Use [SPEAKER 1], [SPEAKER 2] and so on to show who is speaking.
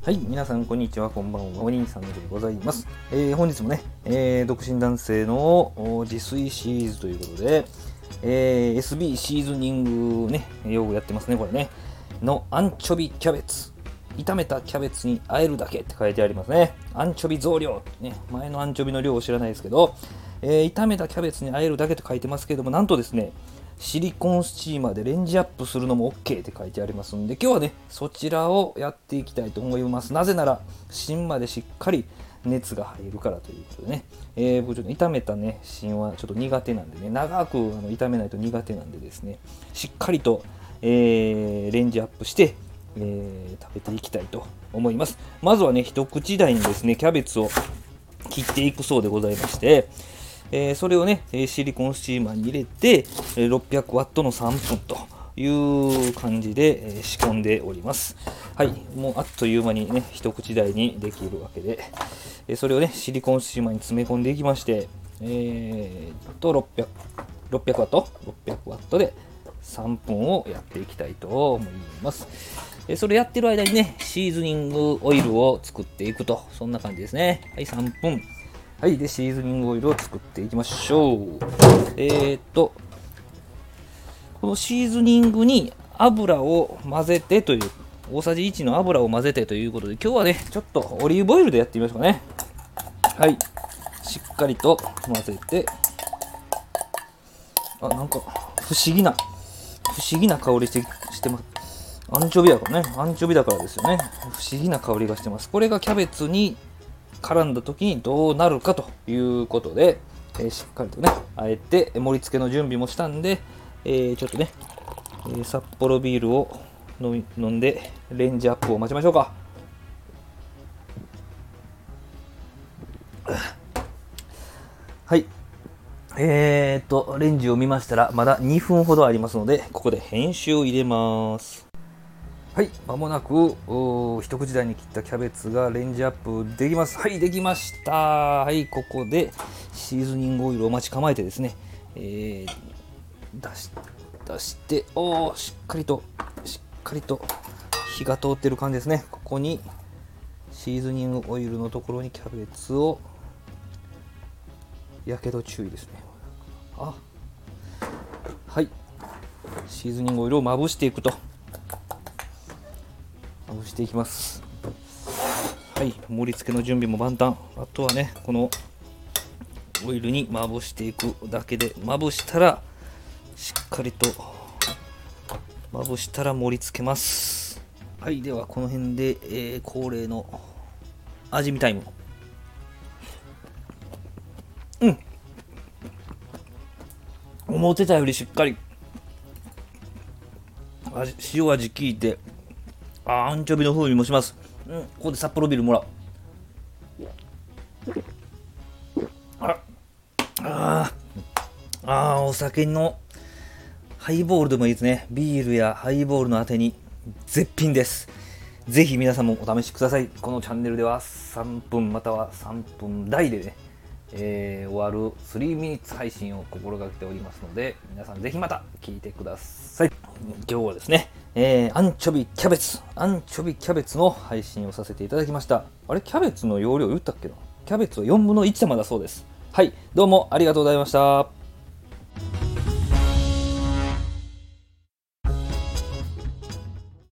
[SPEAKER 1] はい、皆さんこんにちは、こんばんは、お兄さんでございます。本日もね、独身男性の自炊シリーズということで、SB シーズニングね、よくやってますね、これね。のアンチョビキャベツ。炒めたキャベツに和えるだけって書いてありますね。アンチョビ増量。ね、前のアンチョビの量を知らないですけど、炒めたキャベツに和えるだけと書いてますけども、なんとですね、シリコンスチーマーでレンジアップするのも OK って書いてありますんで、今日はね、そちらをやっていきたいと思います。なぜなら、芯までしっかり熱が入るからということでね、僕ちょっと炒めたね、芯はちょっと苦手なんでね、長く炒めないと苦手なんでですね、しっかりと、レンジアップして、食べていきたいと思います。まずはね、一口大にですね、キャベツを切っていくそうでございまして、それをね、シリコンスチーマーに入れて、600ワットの3分という感じで、仕込んでおります。はい、もうあっという間にね、一口大にできるわけで、それをね、シリコンスチーマーに詰め込んでいきまして、600ワットで3分をやっていきたいと思います。それやってる間にね、シーズニングオイルを作っていくと、そんな感じですね。はい、3分。はい、で、シーズニングオイルを作っていきましょう。このシーズニングに油を混ぜてという、大さじ1の油を混ぜてということで、今日はね、ちょっとオリーブオイルでやってみましょうかね。はい、しっかりと混ぜて、なんか不思議な香りしてます。アンチョビだからね、アンチョビだからですよね。不思議な香りがしてます。これがキャベツに絡んだ時にどうなるかということで、しっかりとね、あえて盛り付けの準備もしたんで、ちょっとね、札幌ビールを飲んでレンジアップを待ちましょうか。はい。レンジを見ましたらまだ2分ほどありますので、ここで編集を入れます。はい、まもなく一口大に切ったキャベツがレンジアップできます。はい、できました。はい、ここでシーズニングオイルを待ち構えてですね、出して、しっかりと火が通ってる感じですね。ここにシーズニングオイルのところにキャベツを、やけど注意ですね。はい、シーズニングオイルをまぶしていくと。まぶしていきます。はい、盛り付けの準備も万端。あとはね、このオイルにまぶしていくだけで、まぶしたらしっかりとまぶしたら盛り付けます。はい、ではこの辺で、恒例の味見タイム。思ってたよりしっかり塩味効いて、アンチョビの風味もします。ここで札幌ビールもらう。お酒のハイボールでもいいですね。ビールやハイボールのあてに絶品です。ぜひ皆さんもお試しください。このチャンネルでは3分または3分台でね、終わる3ミニッツ配信を心がけておりますので、皆さんぜひまた聞いてください。今日はですね、アンチョビキャベツの配信をさせていただきました。あれ、キャベツの容量言ったっけな。キャベツは4分の1玉だそうです。はい、どうもありがとうございました。